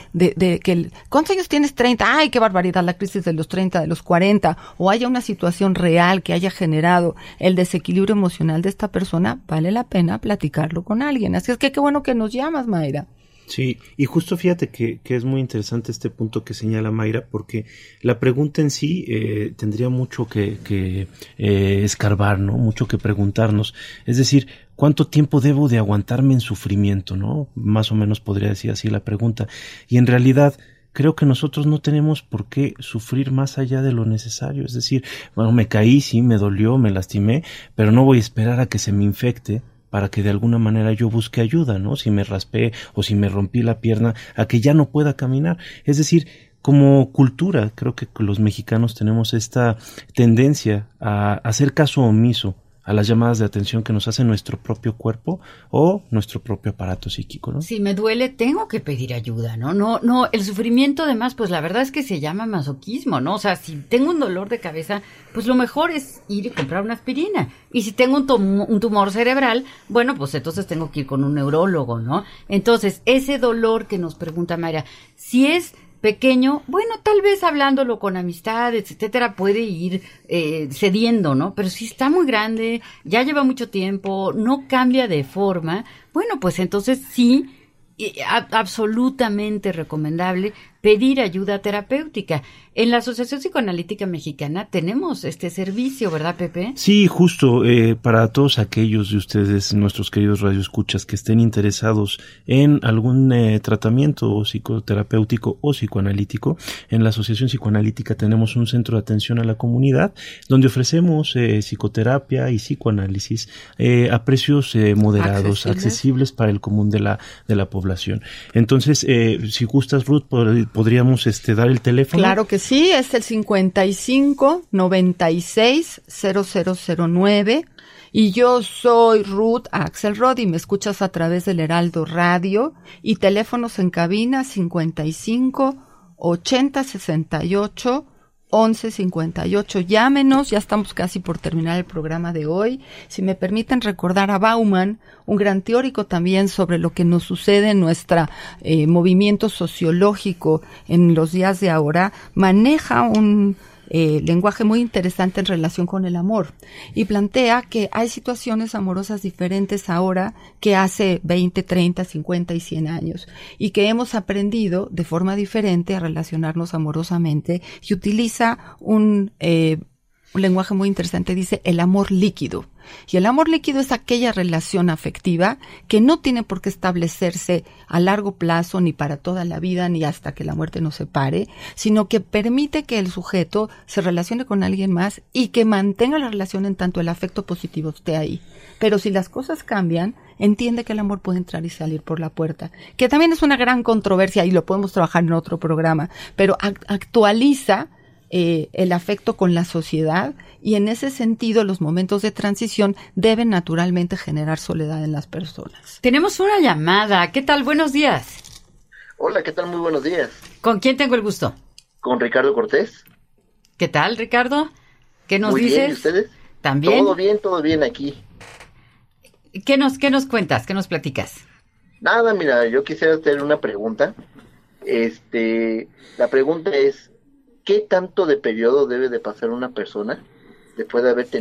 ¿cuántos años tienes? 30. ¡Ay, qué barbaridad! La crisis de los 30, de los 40. O haya una situación real que haya generado el desequilibrio emocional de esta persona, vale la pena platicarlo con alguien. Así es que qué bueno que nos llamas, Mayra. Sí, y justo fíjate que es muy interesante este punto que señala Mayra, porque la pregunta en sí tendría mucho que escarbar, ¿no? Mucho que preguntarnos. Es decir, ¿cuánto tiempo debo de aguantarme en sufrimiento, no? Más o menos podría decir así la pregunta. Y en realidad, creo que nosotros no tenemos por qué sufrir más allá de lo necesario. Es decir, bueno, me caí, sí, me dolió, me lastimé, pero no voy a esperar a que se me infecte para que de alguna manera yo busque ayuda, ¿no? Si me raspé o si me rompí la pierna, a que ya no pueda caminar. Es decir, como cultura, creo que los mexicanos tenemos esta tendencia a hacer caso omiso a las llamadas de atención que nos hace nuestro propio cuerpo o nuestro propio aparato psíquico, ¿no? Si me duele, tengo que pedir ayuda, ¿no? No, el sufrimiento además, pues la verdad es que se llama masoquismo, ¿no? O sea, si tengo un dolor de cabeza, pues lo mejor es ir y comprar una aspirina. Y si tengo un tumor cerebral, bueno, pues entonces tengo que ir con un neurólogo, ¿no? Entonces, ese dolor que nos pregunta Mayra, si es pequeño, bueno, tal vez hablándolo con amistades, etcétera, puede ir cediendo, ¿no? Pero si está muy grande, ya lleva mucho tiempo, no cambia de forma, bueno, pues entonces sí, absolutamente recomendable pedir ayuda terapéutica. En la Asociación Psicoanalítica Mexicana tenemos este servicio, ¿verdad, Pepe? Sí, justo, para todos aquellos de ustedes, nuestros queridos radioescuchas, que estén interesados en algún tratamiento psicoterapéutico o psicoanalítico, en la Asociación Psicoanalítica tenemos un centro de atención a la comunidad, donde ofrecemos psicoterapia y psicoanálisis a precios moderados, accesibles para el común de la población. Entonces, si gustas, Ruth, podríamos dar el teléfono. Claro que sí, es el 55 96 0009 y yo soy Ruth Axelrod y me escuchas a través del Heraldo Radio y teléfonos en cabina 55 80 68 1158. Llámenos, ya estamos casi por terminar el programa de hoy. Si me permiten recordar a Bauman, un gran teórico también sobre lo que nos sucede en nuestro movimiento sociológico en los días de ahora, maneja un lenguaje muy interesante en relación con el amor y plantea que hay situaciones amorosas diferentes ahora que hace 20, 30, 50 y 100 años y que hemos aprendido de forma diferente a relacionarnos amorosamente y utiliza un lenguaje muy interesante, dice el amor líquido. Y el amor líquido es aquella relación afectiva que no tiene por qué establecerse a largo plazo, ni para toda la vida, ni hasta que la muerte nos separe, sino que permite que el sujeto se relacione con alguien más y que mantenga la relación en tanto el afecto positivo esté ahí. Pero si las cosas cambian, entiende que el amor puede entrar y salir por la puerta, que también es una gran controversia y lo podemos trabajar en otro programa, pero actualiza el afecto con la sociedad y en ese sentido los momentos de transición deben naturalmente generar soledad en las personas. Tenemos una llamada. ¿Qué tal? Buenos días. Hola, ¿qué tal? Muy buenos días. ¿Con quién tengo el gusto? Con Ricardo Cortés. ¿Qué tal, Ricardo? ¿Qué nos Muy dices? Bien, ¿y ustedes? ¿También? Todo bien aquí. ¿Qué nos cuentas? ¿Qué nos platicas? Nada, mira, yo quisiera hacer una pregunta. La pregunta es, ¿qué tanto de periodo debe de pasar una persona después de haber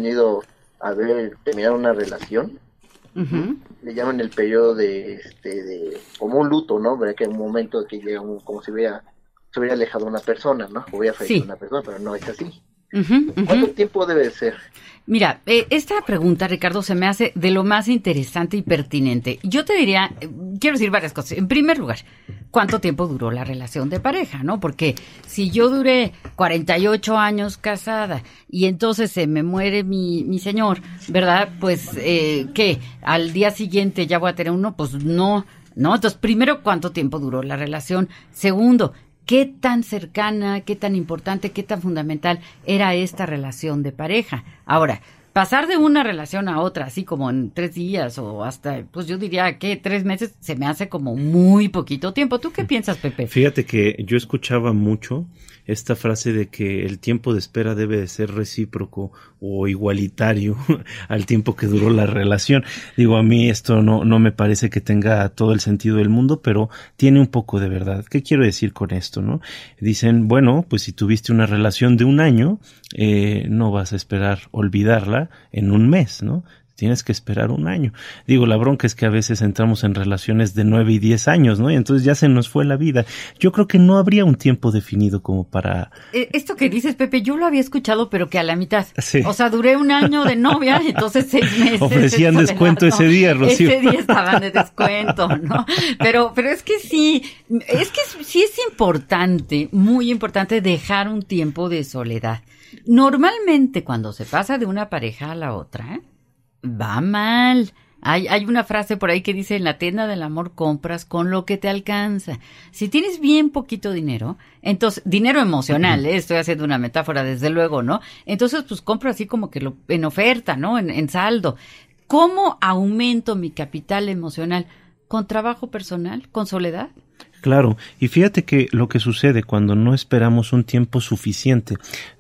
terminado una relación? Ujú. Le llaman el periodo de como un luto, ¿no? Verá que hay un momento que llega como si se hubiera alejado una persona, ¿no? O hubiera fallecido una persona, pero no es así. ¿Cuánto tiempo debe de ser? Mira, esta pregunta, Ricardo, se me hace de lo más interesante y pertinente. Yo te diría, quiero decir varias cosas. En primer lugar, ¿cuánto tiempo duró la relación de pareja, no? Porque si yo duré 48 años casada y entonces se me muere mi señor, ¿verdad? Pues, ¿qué? ¿Al día siguiente ya voy a tener uno? Pues no, ¿no? Entonces, primero, ¿cuánto tiempo duró la relación? Segundo, ¿qué tan cercana, qué tan importante, qué tan fundamental era esta relación de pareja? Ahora, pasar de una relación a otra, así como en 3 días o hasta, pues yo diría que 3 meses, se me hace como muy poquito tiempo. ¿Tú qué piensas, Pepe? Fíjate que yo escuchaba mucho esta frase de que el tiempo de espera debe de ser recíproco o igualitario al tiempo que duró la relación. Digo, a mí esto no me parece que tenga todo el sentido del mundo, pero tiene un poco de verdad. ¿Qué quiero decir con esto, no? Dicen, bueno, pues si tuviste una relación de 1 año, no vas a esperar olvidarla en 1 mes, ¿no? Tienes que esperar 1 año. Digo, la bronca es que a veces entramos en relaciones de 9 y 10 años, ¿no? Y entonces ya se nos fue la vida. Yo creo que no habría un tiempo definido como para... Esto que dices, Pepe, yo lo había escuchado, pero que a la mitad. Sí. O sea, duré 1 año de novia, entonces 6 meses. Ofrecían descuento ese día, Rocío. Ese día estaban de descuento, ¿no? Pero es que sí es importante, muy importante dejar un tiempo de soledad. Normalmente cuando se pasa de una pareja a la otra, va mal. Hay una frase por ahí que dice, en la tienda del amor compras con lo que te alcanza. Si tienes bien poquito dinero, entonces, dinero emocional, estoy haciendo una metáfora desde luego, ¿no? Entonces, pues compro así como que en oferta, ¿no? En saldo. ¿Cómo aumento mi capital emocional? ¿Con trabajo personal? ¿Con soledad? Claro, y fíjate que lo que sucede cuando no esperamos un tiempo suficiente,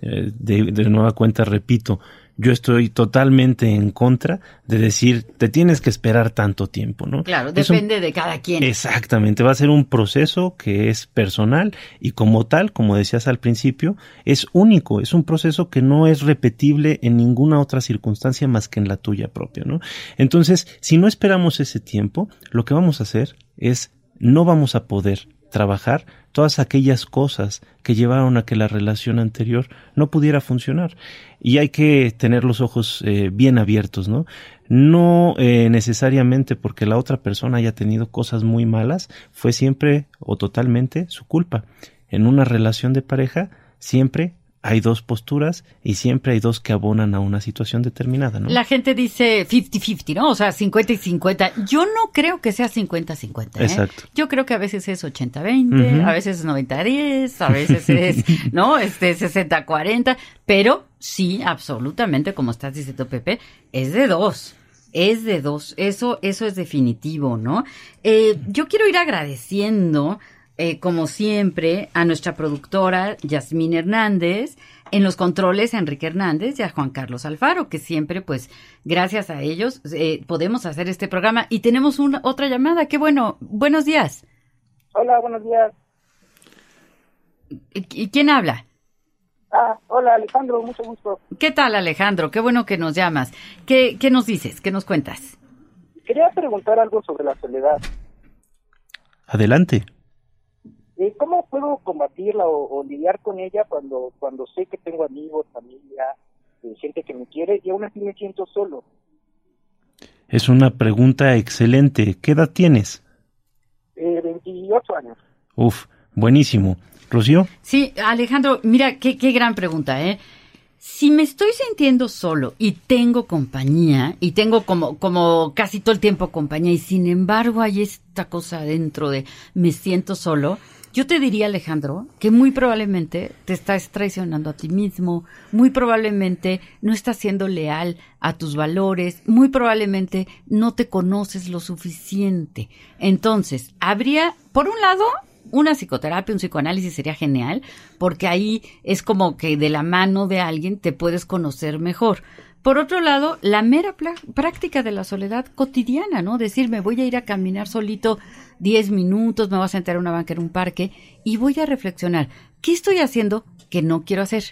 de nueva cuenta repito, yo estoy totalmente en contra de decir, te tienes que esperar tanto tiempo, ¿no? Claro, depende de cada quien. Exactamente, va a ser un proceso que es personal y como tal, como decías al principio, es único, es un proceso que no es repetible en ninguna otra circunstancia más que en la tuya propia, ¿no? Entonces, si no esperamos ese tiempo, lo que vamos a hacer es no vamos a poder trabajar todas aquellas cosas que llevaron a que la relación anterior no pudiera funcionar. Y hay que tener los ojos bien abiertos, ¿no? No necesariamente porque la otra persona haya tenido cosas muy malas, fue siempre o totalmente su culpa. En una relación de pareja siempre hay 2 posturas y siempre hay 2 que abonan a una situación determinada, ¿no? La gente dice 50-50, ¿no? O sea, 50 y 50. Yo no creo que sea 50-50, ¿eh? Exacto. Yo creo que a veces es 80-20, a veces es 90-10, a veces es, ¿no? 60-40, pero sí, absolutamente, como estás diciendo, Pepe, es de 2. Es de 2. Eso es definitivo, ¿no? Yo quiero ir agradeciendo, como siempre, a nuestra productora Yasmín Hernández, en los controles a Enrique Hernández y a Juan Carlos Alfaro, que siempre, pues, gracias a ellos podemos hacer este programa. Y tenemos otra llamada, qué bueno. Buenos días. Hola, buenos días. ¿Y quién habla? Hola, Alejandro, mucho gusto. ¿Qué tal, Alejandro? Qué bueno que nos llamas. ¿Qué nos dices? ¿Qué nos cuentas? Quería preguntar algo sobre la soledad. Adelante. ¿Cómo puedo combatirla o lidiar con ella cuando sé que tengo amigos, familia, gente que me quiere y aún así me siento solo? Es una pregunta excelente. ¿Qué edad tienes? 28 años. Uf, buenísimo. ¿Rocío? Sí, Alejandro, mira, qué gran pregunta, ¿eh? Si me estoy sintiendo solo y tengo compañía, y tengo como casi todo el tiempo compañía, y sin embargo hay esta cosa dentro de me siento solo, yo te diría, Alejandro, que muy probablemente te estás traicionando a ti mismo, muy probablemente no estás siendo leal a tus valores, muy probablemente no te conoces lo suficiente. Entonces, habría, por un lado, una psicoterapia, un psicoanálisis sería genial, porque ahí es como que de la mano de alguien te puedes conocer mejor. Por otro lado, la mera práctica de la soledad cotidiana, ¿no? Decir, me voy a ir a caminar solito 10 minutos, me voy a sentar en una banca en un parque y voy a reflexionar, ¿qué estoy haciendo que no quiero hacer?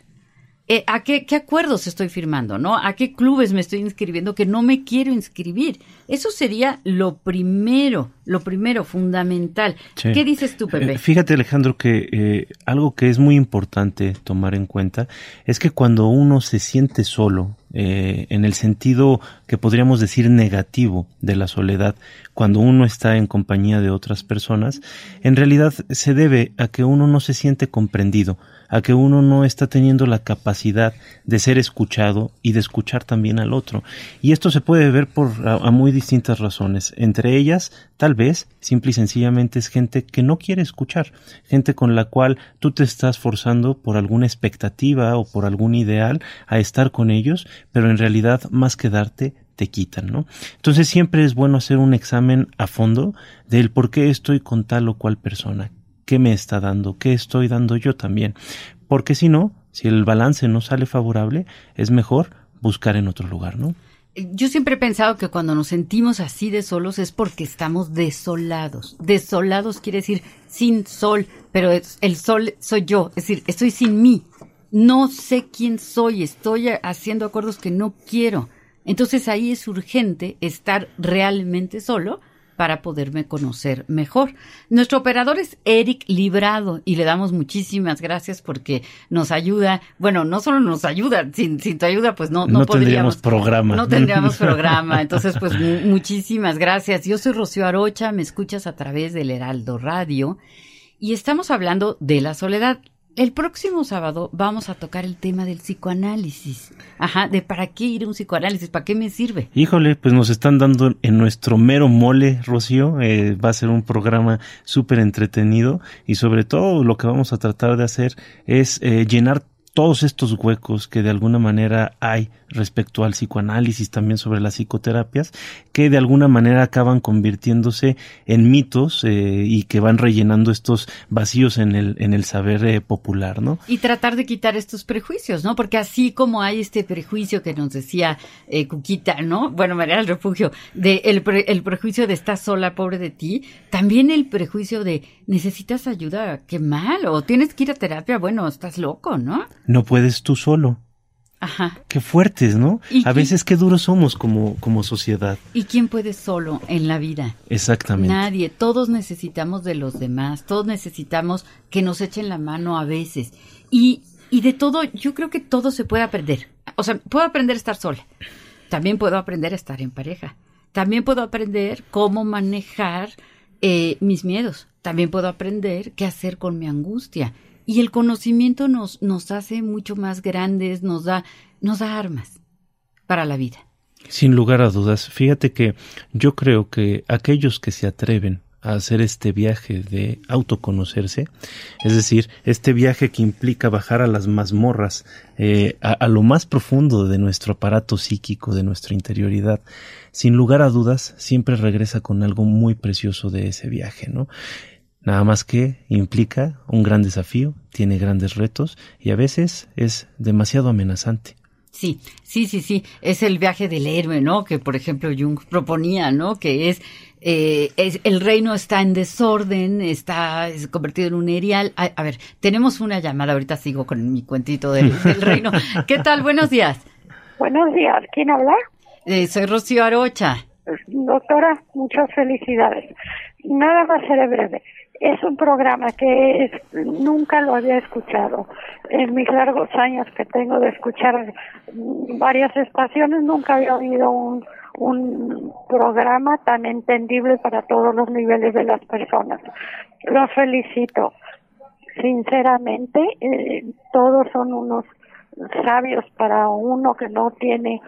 ¿A qué acuerdos estoy firmando, no? ¿A qué clubes me estoy inscribiendo que no me quiero inscribir? Eso sería lo primero, fundamental. Sí. ¿Qué dices tú, Pepe? Fíjate, Alejandro, que algo que es muy importante tomar en cuenta es que cuando uno se siente solo, en el sentido que podríamos decir negativo de la soledad, cuando uno está en compañía de otras personas, en realidad se debe a que uno no se siente comprendido, a que uno no está teniendo la capacidad de ser escuchado y de escuchar también al otro. Y esto se puede ver a muy distintas razones. Entre ellas, tal vez, simple y sencillamente es gente que no quiere escuchar, gente con la cual tú te estás forzando por alguna expectativa o por algún ideal a estar con ellos, pero en realidad más que darte, te quitan, ¿no? Entonces siempre es bueno hacer un examen a fondo del por qué estoy con tal o cual persona. ¿Qué me está dando? ¿Qué estoy dando yo también? Porque si no, si el balance no sale favorable, es mejor buscar en otro lugar, ¿no? Yo siempre he pensado que cuando nos sentimos así de solos es porque estamos desolados. Desolados quiere decir sin sol, pero el sol soy yo, es decir, estoy sin mí. No sé quién soy, estoy haciendo acuerdos que no quiero. Entonces ahí es urgente estar realmente solo para poderme conocer mejor. Nuestro operador es Eric Librado y le damos muchísimas gracias porque nos ayuda. Bueno, no solo nos ayuda, sin tu ayuda pues no tendríamos programa. No tendríamos programa. Entonces pues muchísimas gracias. Yo soy Rocío Arocha, me escuchas a través del Heraldo Radio y estamos hablando de la soledad. El próximo sábado vamos a tocar el tema del psicoanálisis. De para qué ir a un psicoanálisis, para qué me sirve. Híjole, pues nos están dando en nuestro mero mole, Rocío. Va a ser un programa súper entretenido y sobre todo lo que vamos a tratar de hacer es llenar todos estos huecos que de alguna manera hay respecto al psicoanálisis, también sobre las psicoterapias, que de alguna manera acaban convirtiéndose en mitos y que van rellenando estos vacíos en el saber popular, ¿no? Y tratar de quitar estos prejuicios, ¿no? Porque así como hay este prejuicio que nos decía Cuquita, ¿no? Bueno, María del Refugio, el prejuicio de estar sola, pobre de ti, también el prejuicio de necesitas ayuda, qué mal, o tienes que ir a terapia, bueno, estás loco, ¿no? No puedes tú solo. Qué fuertes, ¿no? A veces qué duros somos como sociedad. ¿Y quién puede solo en la vida? Exactamente. Nadie. Todos necesitamos de los demás. Todos necesitamos que nos echen la mano a veces. Y de todo, yo creo que todo se puede aprender. O sea, puedo aprender a estar sola. También puedo aprender a estar en pareja. También puedo aprender cómo manejar mis miedos. También puedo aprender qué hacer con mi angustia. Y el conocimiento nos hace mucho más grandes, nos da armas para la vida. Sin lugar a dudas. Fíjate que yo creo que aquellos que se atreven a hacer este viaje de autoconocerse, es decir, este viaje que implica bajar a las mazmorras, a lo más profundo de nuestro aparato psíquico, de nuestra interioridad, sin lugar a dudas, siempre regresa con algo muy precioso de ese viaje, ¿no? Nada más que implica un gran desafío, tiene grandes retos y a veces es demasiado amenazante. Sí. Es el viaje del héroe, ¿no? Que, por ejemplo, Jung proponía, ¿no? Que es el reino está en desorden, es convertido en un erial. A ver, tenemos una llamada, ahorita sigo con mi cuentito del reino. ¿Qué tal? Buenos días. Buenos días. ¿Quién habla? Soy Rocío Arocha. Doctora, muchas felicidades. Nada más seré breve. Es un programa que nunca lo había escuchado. En mis largos años que tengo de escuchar varias estaciones, nunca había oído un programa tan entendible para todos los niveles de las personas. Los felicito. Sinceramente, todos son unos sabios para uno que no tiene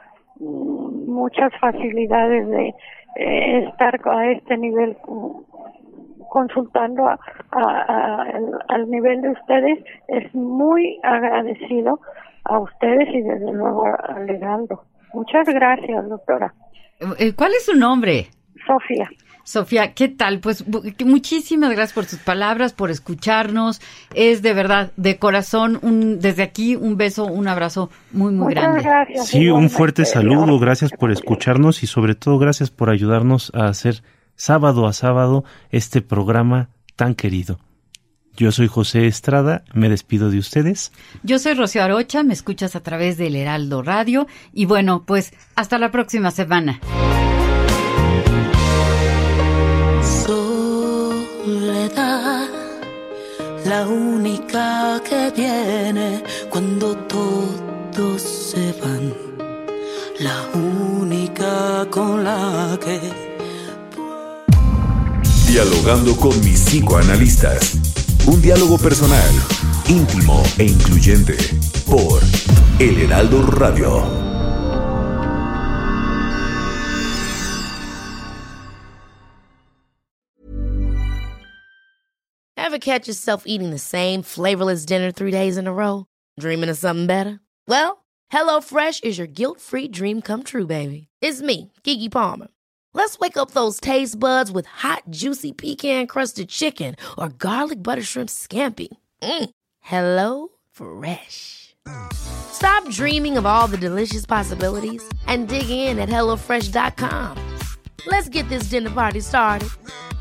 muchas facilidades de estar a este nivel consultando al nivel de ustedes. Es muy agradecido a ustedes y desde luego al Heraldo. Muchas gracias, doctora. ¿Cuál es su nombre? Sofía. Sofía, ¿qué tal? Pues muchísimas gracias por sus palabras, por escucharnos. Es de verdad, de corazón, desde aquí un beso, un abrazo muy, muy grande. Gracias, sí, un fuerte saludo, gracias por escucharnos y sobre todo gracias por ayudarnos a hacer sábado a sábado este programa tan querido. Yo soy José Estrada, me despido de ustedes. Yo soy Rocío Arocha, me escuchas a través del Heraldo Radio y bueno, pues hasta la próxima semana. Soledad, la única que viene cuando todos se van, la única con la que... Dialogando con mis psicoanalistas. Un diálogo personal, íntimo e incluyente por El Heraldo Radio. Ever catch yourself eating the same flavorless dinner 3 days in a row? Dreaming of something better? Well, HelloFresh is your guilt-free dream come true, baby. It's me, Keke Palmer. Let's wake up those taste buds with hot, juicy pecan-crusted chicken or garlic butter shrimp scampi. Hello Fresh. Stop dreaming of all the delicious possibilities and dig in at HelloFresh.com. Let's get this dinner party started.